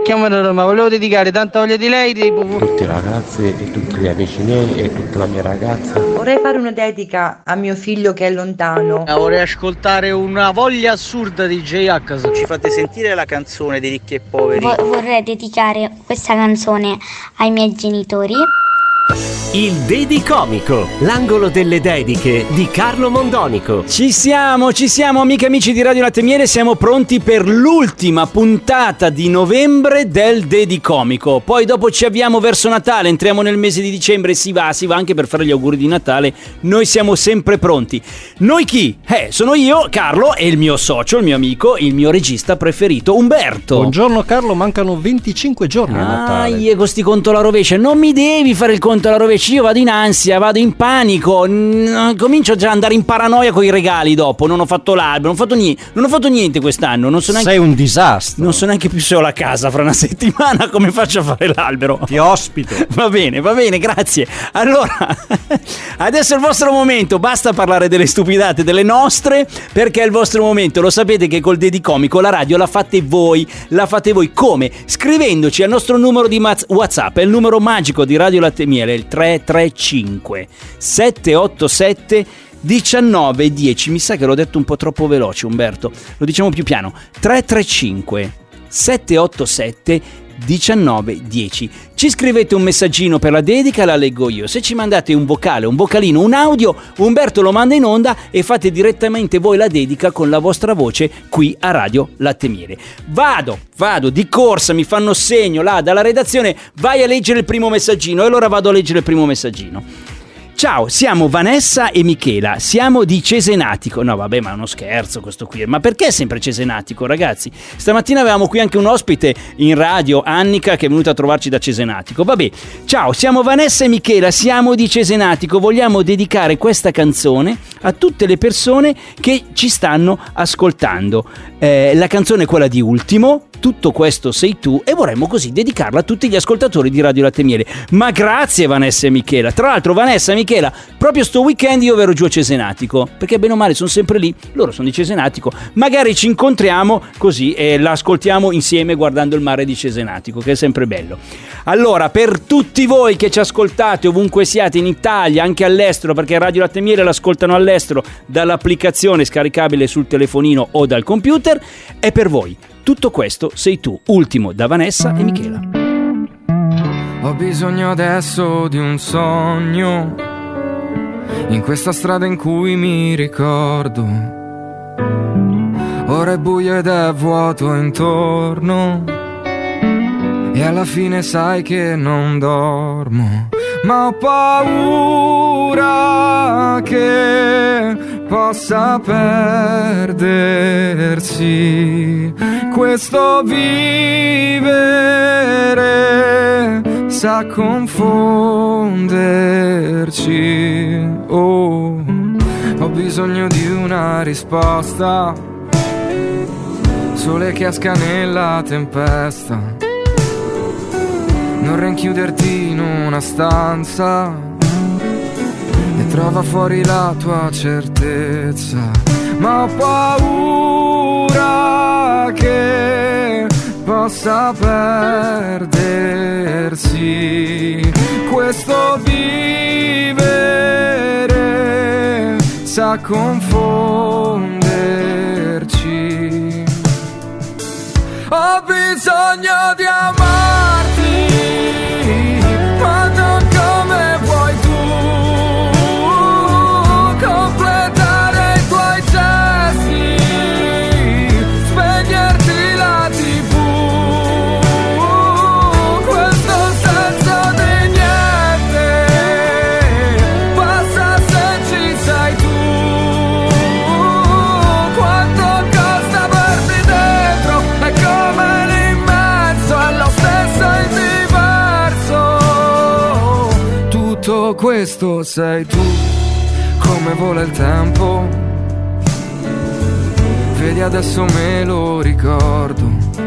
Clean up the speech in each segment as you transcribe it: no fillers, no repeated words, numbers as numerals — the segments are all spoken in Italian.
chiamata Roma, volevo dedicare tanta voglia di lei tutte le ragazze e tutti gli amici miei e tutta la mia ragazza. Vorrei fare una dedica a mio figlio che è lontano. Vorrei ascoltare una voglia assurda di J-H. Ci fate sentire la canzone di Ricchi e Poveri? Vorrei dedicare questa canzone ai miei genitori. Il Dedicomico, l'angolo delle dediche di Carlo Mondonico. Ci siamo amiche e amici di Radio Latte Miele, siamo pronti per l'ultima puntata di novembre del Dedicomico. Poi dopo ci avviamo verso Natale, entriamo nel mese di dicembre, si va anche per fare gli auguri di Natale, noi siamo sempre pronti. Noi chi? Sono io, Carlo, e il mio socio, il mio amico, il mio regista preferito, Umberto. Buongiorno Carlo, mancano 25 giorni a Natale. Io con sti conto alla rovescia, non mi devi fare il conto alla rovescia, io vado in ansia, vado in panico, comincio già ad andare in paranoia con i regali dopo. Non ho fatto l'albero, non ho fatto niente quest'anno, non so neanche... Sei un disastro. Non so neanche più solo a casa fra una settimana, come faccio a fare l'albero? Ti ospito. Va bene, grazie. Allora, adesso è il vostro momento, basta parlare delle stupidate delle nostre, perché è il vostro momento. Lo sapete che col Dedicomico la radio la fate voi come? Scrivendoci al nostro numero di WhatsApp, è il numero magico di Radio Latte Miele, il 335 787 1910. Mi sa che l'ho detto un po' troppo veloce, Umberto, lo diciamo più piano. 335 787 1910. Ci scrivete un messaggino per la dedica, la leggo io. Se ci mandate un vocale, un vocalino, un audio, Umberto lo manda in onda e fate direttamente voi la dedica con la vostra voce qui a Radio Latte Miele. Vado di corsa, mi fanno segno là dalla redazione, vai a leggere il primo messaggino, e allora vado a leggere il primo messaggino. Ciao, siamo Vanessa e Michela, siamo di Cesenatico. No vabbè, ma è uno scherzo questo qui. Ma perché sempre Cesenatico, ragazzi? Stamattina avevamo qui anche un ospite in radio, Annica, che è venuta a trovarci da Cesenatico. Vabbè, ciao, siamo Vanessa e Michela, siamo di Cesenatico. Vogliamo dedicare questa canzone a tutte le persone che ci stanno ascoltando. La canzone è quella di Ultimo, Tutto questo sei tu, e vorremmo così dedicarla a tutti gli ascoltatori di Radio Latte Miele. Ma grazie Vanessa e Michela. Tra l'altro Vanessa e Michela, proprio sto weekend io ero giù a Cesenatico, perché bene o male sono sempre lì, loro sono di Cesenatico, magari ci incontriamo così e la ascoltiamo insieme guardando il mare di Cesenatico, che è sempre bello. Allora, per tutti voi che ci ascoltate ovunque siate in Italia, anche all'estero, perché Radio Latte Miele l'ascoltano all'estero dall'applicazione scaricabile sul telefonino o dal computer, è per voi. Tutto questo sei tu, Ultimo, da Vanessa e Michela. Ho bisogno adesso di un sogno, in questa strada in cui mi ricordo. Ora è buio ed è vuoto intorno, e alla fine sai che non dormo. Ma ho paura che possa perdersi questo vivere, sa confonderci. Oh, ho bisogno di una risposta, sole che esca nella tempesta, non rinchiuderti in una stanza e trova fuori la tua certezza. Ma ho paura che possa perdersi questo vivere, sa confonderci. Ho bisogno di amarti, ma non come vuoi tu, completare i tuoi gesti, spegnerti la TV, questo senso di niente passa se ci sei tu. Quanto costa averti dentro, è come l'immenso, è lo stesso e diverso. Tutto questo sei tu, come vola il tempo, vedi adesso me lo ricordo.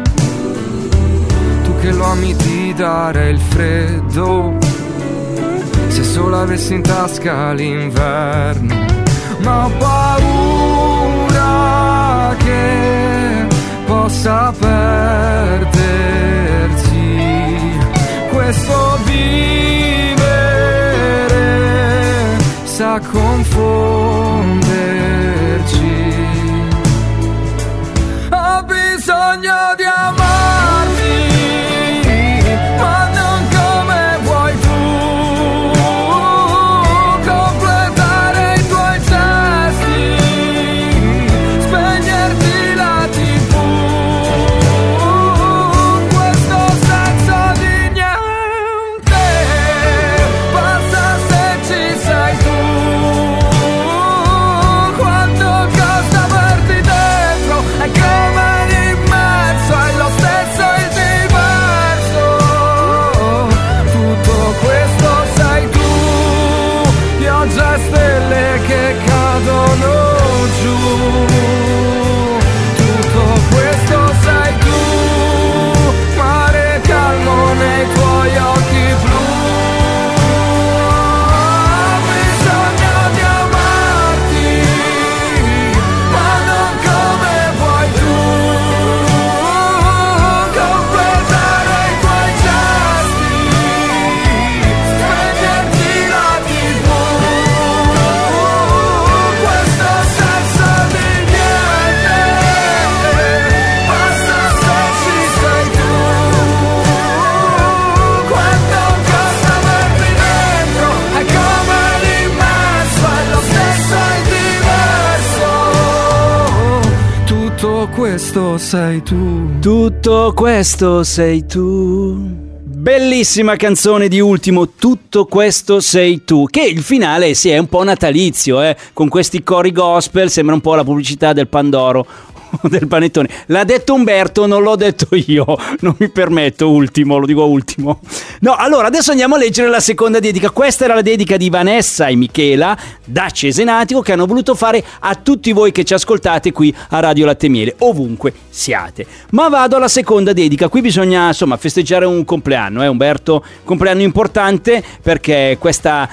Tu che lo ami di dare il freddo, se solo avessi in tasca l'inverno. Ma ho paura che possa perdersi senza confonderci. Ho bisogno di amarti, ma non come vuoi tu, completare i tuoi gesti, spegnerti la TV, questo senso di niente, basta se ci sei tu, quanto costa averti dentro, è come l'immenso, è lo stesso il diverso, tutto questo sei tu, pioggia e stelle che cadono giù, tutto questo sei tu, mare calmo nei tuoi occhi blu. Ho bisogno di amarti, ma non come vuoi tu, completare i tuoi gesti, spegnerti la TV, questo senso di niente, basta se ci sei tu, quanto costa averti dentro, è come l'immenso, è lo stesso e diverso, tutto questo sei tu. Tutto questo sei tu. Bellissima canzone di Ultimo, Tutto questo sei tu, che il finale sì, è un po' natalizio, con questi cori gospel, sembra un po' la pubblicità del Pandoro del panettone. L'ha detto Umberto, non l'ho detto io, non mi permetto, Ultimo, lo dico Ultimo. No, allora adesso andiamo a leggere la seconda dedica. Questa era la dedica di Vanessa e Michela da Cesenatico, che hanno voluto fare a tutti voi che ci ascoltate qui a Radio Latte Miele, ovunque siate. Ma vado alla seconda dedica. Qui bisogna insomma festeggiare un compleanno, Umberto, compleanno importante, perché questa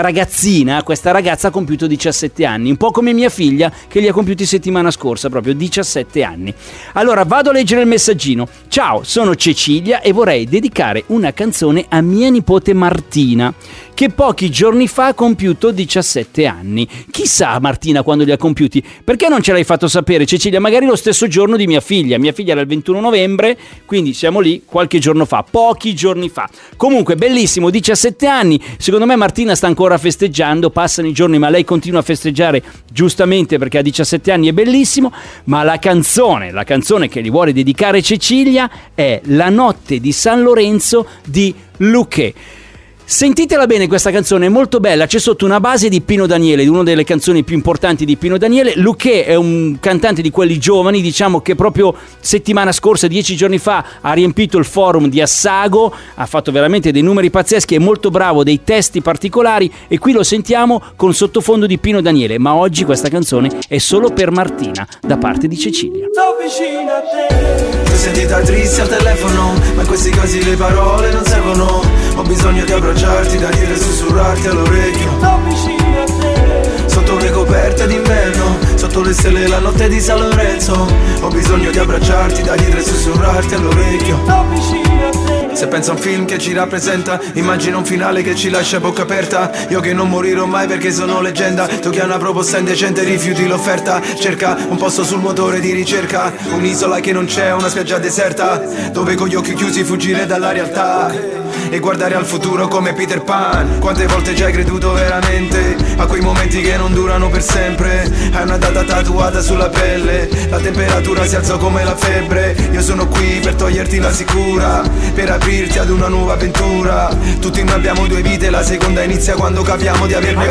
ragazza ha compiuto 17 anni, un po' come mia figlia che li ha compiuti settimana scorsa, proprio 17 anni. Allora vado a leggere il messaggino. Ciao, sono Cecilia e vorrei dedicare una canzone a mia nipote Martina, che pochi giorni fa ha compiuto 17 anni. Chissà Martina quando li ha compiuti. Perché non ce l'hai fatto sapere, Cecilia? Magari lo stesso giorno di mia figlia. Mia figlia era il 21 novembre, quindi siamo lì qualche giorno fa, pochi giorni fa. Comunque bellissimo, 17 anni. Secondo me Martina sta ancora festeggiando, passano i giorni ma lei continua a festeggiare, giustamente, perché a 17 anni è bellissimo. Ma la canzone che gli vuole dedicare Cecilia è La notte di San Lorenzo di Luché. Sentitela bene, questa canzone è molto bella, c'è sotto una base di Pino Daniele, di una delle canzoni più importanti di Pino Daniele. Luché è un cantante di quelli giovani, diciamo, che proprio settimana scorsa, 10 giorni fa, ha riempito il forum di Assago, ha fatto veramente dei numeri pazzeschi, è molto bravo, dei testi particolari, e qui lo sentiamo con sottofondo di Pino Daniele. Ma oggi questa canzone è solo per Martina, da parte di Cecilia. Sto vicino a te. Ti sentita triste al telefono, ma in questi casi le parole non servono. Ho bisogno di abbracciarti, da dire e sussurrarti all'orecchio. Sto vicino a te. Sotto le coperte d'inverno, sotto le stelle la notte di San Lorenzo. Ho bisogno di abbracciarti, da dire e sussurrarti all'orecchio. Sto vicino a te. Se penso a un film che ci rappresenta, immagino un finale che ci lascia a bocca aperta. Io che non morirò mai perché sono leggenda. Tu che hai una proposta indecente rifiuti l'offerta. Cerca un posto sul motore di ricerca, un'isola che non c'è, una spiaggia deserta, dove con gli occhi chiusi fuggire dalla realtà e guardare al futuro come Peter Pan. Quante volte ci hai creduto veramente a quei momenti che non durano per sempre? Hai una data tatuata sulla pelle, la temperatura si alzò come la febbre. Io sono qui per toglierti la sicura, per aprirti ad una nuova avventura. Tutti noi abbiamo due vite, la seconda inizia quando capiamo di averne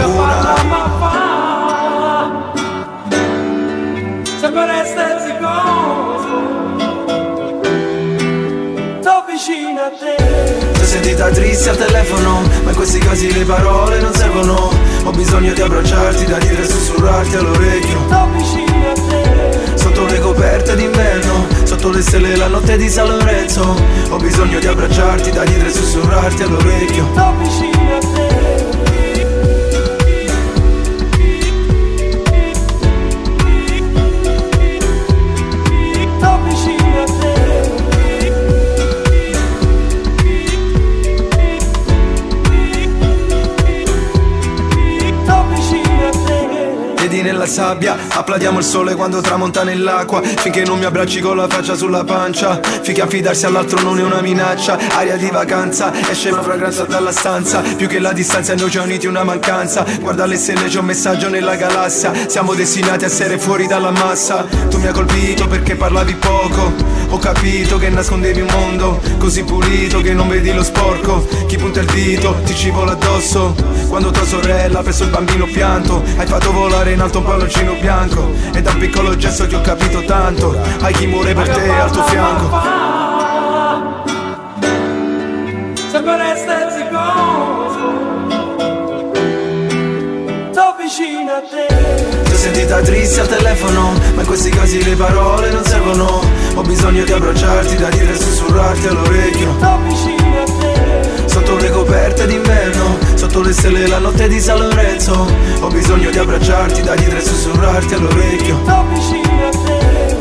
una. Sempre restersi sto vicino a te. Ti sentita triste al telefono, ma in questi casi le parole non servono. Ho bisogno di abbracciarti, da dire e sussurrarti all'orecchio. Sto vicino a te. Sotto le coperte d'inverno, sotto le stelle la notte di San Lorenzo. Ho bisogno di abbracciarti, da dire e sussurrarti all'orecchio. Sto vicino a te. Sto vicino sabbia. Applaudiamo il sole quando tramonta nell'acqua, finché non mi abbracci con la faccia sulla pancia. Finché affidarsi all'altro non è una minaccia. Aria di vacanza, esce una fragranza dalla stanza. Più che la distanza noi ci ha uniti una mancanza. Guarda le stelle, c'è un messaggio nella galassia. Siamo destinati a essere fuori dalla massa. Tu mi hai colpito perché parlavi poco. Ho capito che nascondevi un mondo così pulito che non vedi lo sporco. Chi punta il dito ti ci vola addosso. Quando tua sorella ha preso il bambino pianto, hai fatto volare in alto un palloncino bianco. E da un piccolo gesto ti ho capito tanto. Hai chi muore per te al tuo fianco. Sempre restersi sto vicino a te. Ti ho sentita triste al telefono, ma in questi casi le parole non servono. Ho bisogno di abbracciarti, da dire e sussurrarti all'orecchio. Sto vicino a te. Sotto le coperte d'inverno, sotto le stelle la notte di San Lorenzo. Ho bisogno di abbracciarti, da dire e sussurrarti all'orecchio. Sto vicino a te.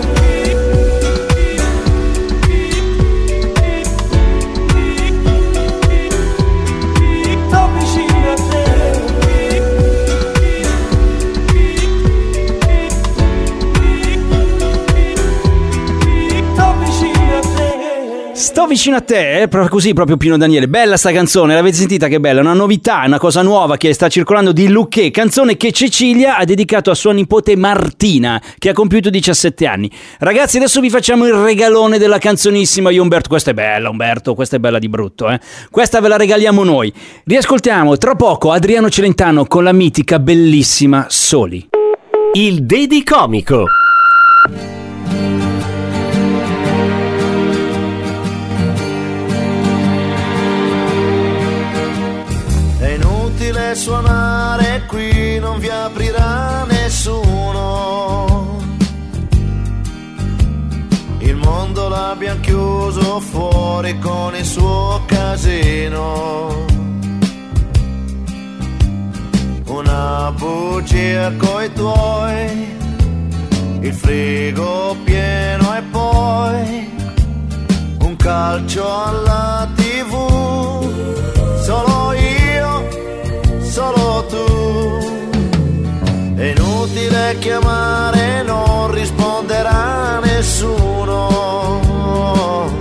Sto vicino a te, così proprio Pino Daniele. Bella sta canzone, l'avete sentita che bella? Una novità, una cosa nuova che sta circolando di Luché, canzone che Cecilia ha dedicato a sua nipote Martina, che ha compiuto 17 anni. Ragazzi, adesso vi facciamo il regalone della canzonissima. Io Umberto, questa è bella Umberto, questa è bella di brutto, Questa ve la regaliamo noi. Riascoltiamo tra poco Adriano Celentano con la mitica bellissima Soli. Il Dedicomico. Suonare qui non vi aprirà nessuno. Il mondo l'abbiamo chiuso fuori con il suo casino. Una bugia coi tuoi, il frigo pieno e poi un calcio alla TV. Solo io, solo tu. È inutile chiamare, non risponderà nessuno.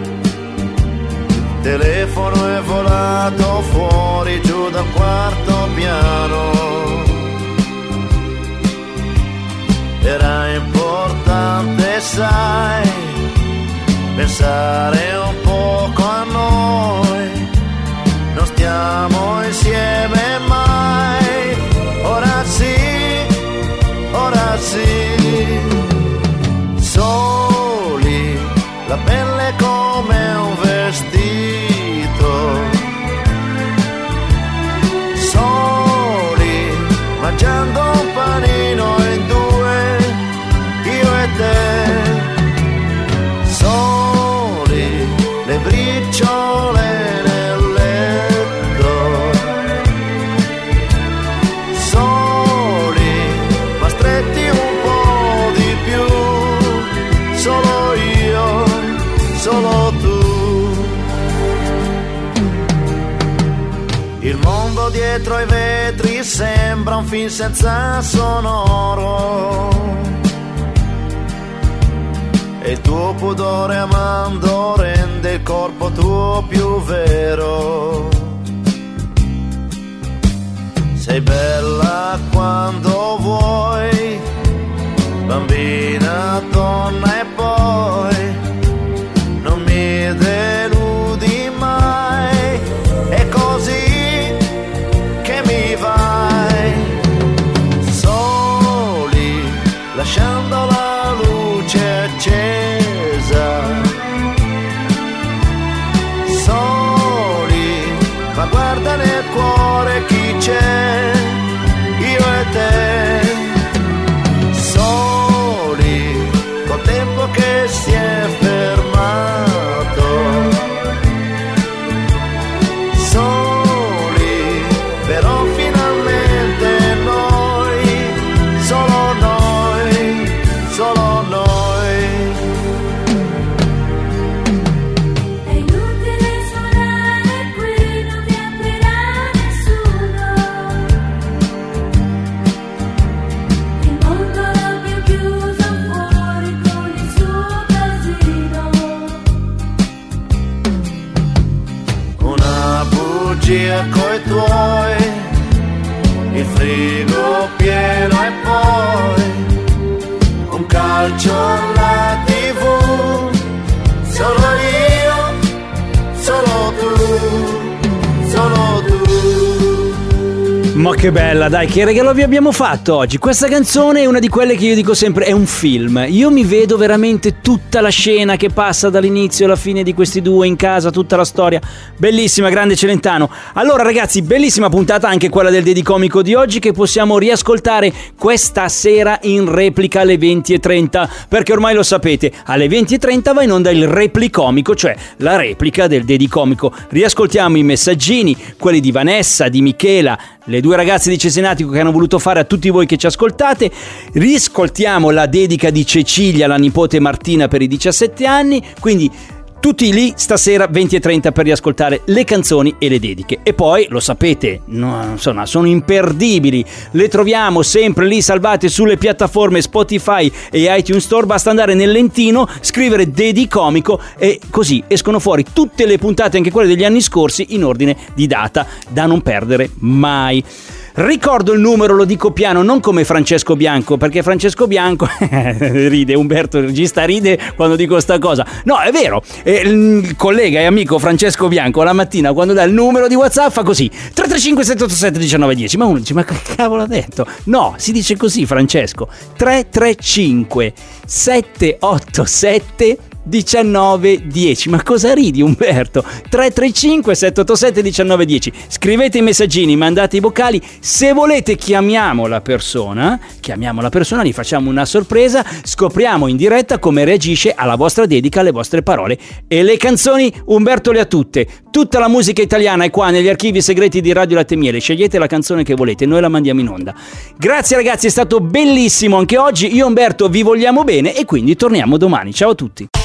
Telefono è volato fuori giù dal quarto piano. Era importante, sai, pensare un poco a noi. Non stiamo insieme mai. Ora sì, ora sì. Soli, la pelle come un vestito. Soli, mangiando un panino in due, io e te. Soli, le briciole nel letto. Soli, ma stretti un po' di più. Solo io, solo tu. Il mondo dietro ai vetri sembra un film senza sonoro. E il tuo pudore amando rende il corpo tuo più vero. Sei bella quando vuoi, bambina, donna e poi non mi deludi mai. È così che mi vai. Soli, lasciando la luce accesa. Soli, ma guarda nel cuore chi c'è, io e te. Soli, col tempo che si è fermato. Soli, però finalmente noi, solo noi, solo noi. È inutile suonare qui, non vi aprirà nessuno. una bugia coi tuoi, il frigo pieno e poi un calcio alla TV, solo io, solo tu, solo tu. Ma che bella, dai, che regalo vi abbiamo fatto oggi. Questa canzone è una di quelle che io dico sempre, è un film. Io mi vedo veramente tutta la scena che passa dall'inizio alla fine di questi due in casa, tutta la storia. Bellissima, grande Celentano. Allora ragazzi, bellissima puntata anche quella del Dedicomico di oggi, che possiamo riascoltare questa sera in replica alle 20:30, perché ormai lo sapete, alle 20:30 va in onda il Replicomico, cioè la replica del Dedicomico. Riascoltiamo i messaggini, quelli di Vanessa, di Michela, le due ragazze di Cesenatico che hanno voluto fare a tutti voi che ci ascoltate. Riscoltiamo la dedica di Cecilia, la nipote Martina, per i 17 anni, quindi tutti lì stasera 20:30 per riascoltare le canzoni e le dediche. E poi lo sapete, insomma, sono imperdibili, le troviamo sempre lì salvate sulle piattaforme Spotify e iTunes Store. Basta andare nel lentino, scrivere Dedicomico e così escono fuori tutte le puntate, anche quelle degli anni scorsi, in ordine di data, da non perdere mai. Ricordo il numero, lo dico piano, non come Francesco Bianco, perché Francesco Bianco ride, Umberto il regista ride quando dico sta cosa. No, è vero, il collega e amico Francesco Bianco la mattina quando dà il numero di WhatsApp fa così: 335 787 1910. Ma uno dice: ma che cavolo ha detto? No, si dice così, Francesco: 335 787 1910. Ma cosa ridi, Umberto? 335 787 1910. Scrivete i messaggini, mandate i vocali. Se volete chiamiamo la persona, gli facciamo una sorpresa, scopriamo in diretta come reagisce alla vostra dedica, alle vostre parole. E le canzoni Umberto le ha tutte. Tutta la musica italiana è qua negli archivi segreti di Radio Latte e Miele. Scegliete la canzone che volete, noi la mandiamo in onda. Grazie ragazzi, è stato bellissimo anche oggi. Io e Umberto vi vogliamo bene e quindi torniamo domani. Ciao a tutti.